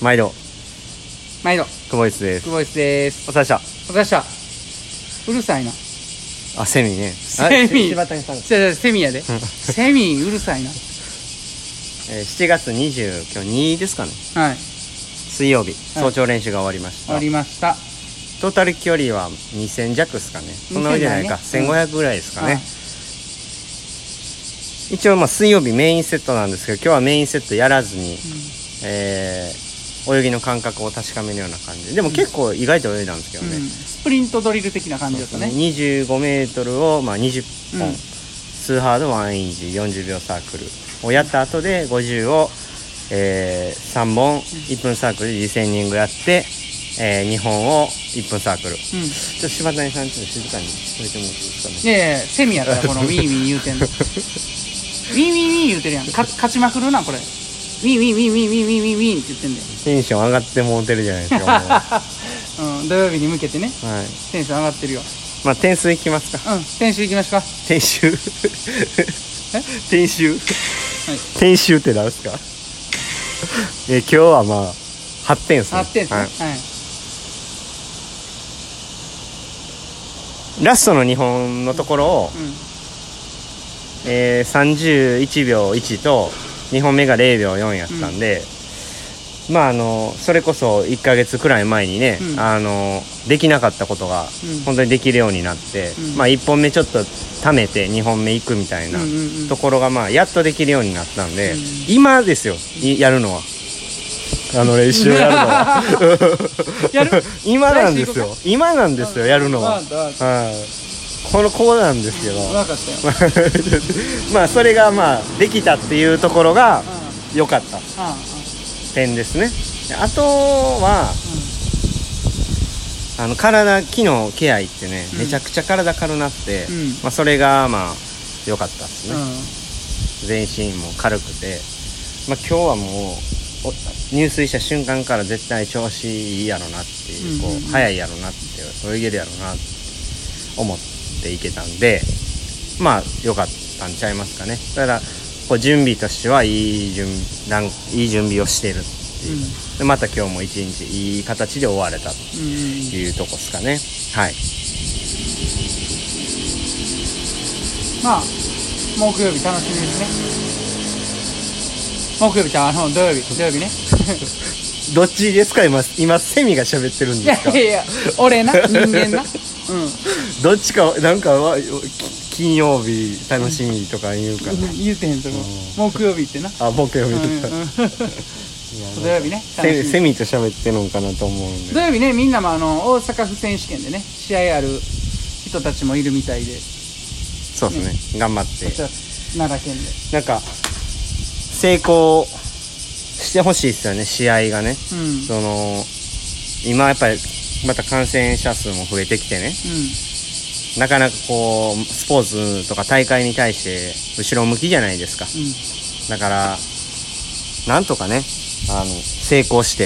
毎度毎度久保井です。 久保井です。 お疲れ様でお疲れ様。うるさいな。 あ、セミね。 セミ。 柴谷さん。 セミやで。セミうるさいな。 7月20今日2ですかね。 はい。 水曜日、早朝練習が終わりました。 終わりました。 トータル距離は2000弱ですかね。そんなわけじゃないか。1500ぐらいですかね。一応水曜日メインセットなんですけど、今日はメインセットやらずに、泳ぎの感覚を確かめるような感じでも結構意外と泳いだんですけどね、 スプリントドリル的な感じですね。 25メートルを20本、2ハード1インジ40秒サークルをやった後で50を、3本1分サークルでディセンディングやって、2本を1分サークル、ちょっと柴谷さんちょっと静かにしといてもらっていいですかね。 いやいやセミやからこのウィーウィー言うてんのウィーウィーウィー言うてるやん。勝ちまくるなこれ。ウィーウィーウィーウィーウィーウィーウィーウィーって言ってんだよ。 テンション上がってもうてるじゃないですか土曜日に向けてね、 はい、 テンション上がってるよ。 点数いきますか。 点数いきますか。 点数点数、はい、点数って何ですか今日は8点ですね。 8点ですね、はい、 ラストの2本のところを、31秒1と2本目が0秒4やったんで、それこそ1ヶ月くらい前にね、できなかったことが本当にできるようになって、1本目ちょっと溜めて2本目行くみたいなところがやっとできるようになったんで、今ですよやるのは練習やるのはやる今なんですよ。今なんですよやるのは。こうなんですけど、 分かったよそれができたっていうところが良かった点ですね。あとは、体機能ケアってね、めちゃくちゃ体軽なって、それが良かったですね、全身も軽くて、今日はもう入水した瞬間から絶対調子いいやろなっていう、速いやろなって泳げるやろなって思っていけたんで良かったんちゃいますかね。ただ準備としてはいい準備をしてるっていう、でまた今日も一日いい形で終われたというとこですかね。はい。 木曜日楽しみですね。木曜日ちゃん土曜日ねどっちですか。今セミが喋ってるんですか。 いや俺な人間などっちかなんか金曜日楽しみとか言うかな、 言うてへんとこ木曜日ってな。 木曜日土曜日ねセミと喋ってるのかなと思うんで、 土曜日ねみんなも大阪府選手権でね試合ある人たちもいるみたいで、 そうですね、頑張って奈良県でなんか成功してほしいですよね、試合がね、今やっぱりまた感染者数も増えてきてね、なかなかスポーツとか大会に対して後ろ向きじゃないですか、だからなんとかね成功して、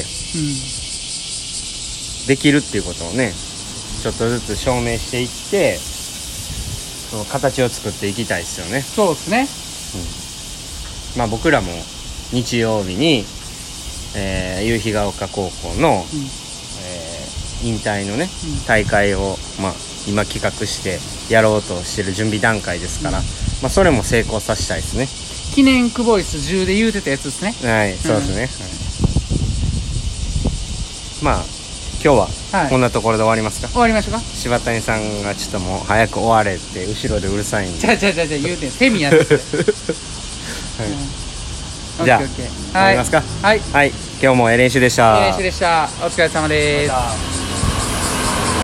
できるっていうことをねちょっとずつ証明していってその形を作っていきたいですよね。 そうですね、 僕らも日曜日に、夕日が丘高校の、引退のね、大会を、今企画してやろうとしてる準備段階ですから、それも成功させたいですね。 記念クボイス10で言うてたやつですね。 はい、そうですね、今日はこんなところで終わりますか。 終わりましょうか。 柴谷さんがちょっともう早く終われって後ろでうるさいんで言うてんセミやつじゃあ終わりますか。はい、今日も練習でした。 お疲れ様です。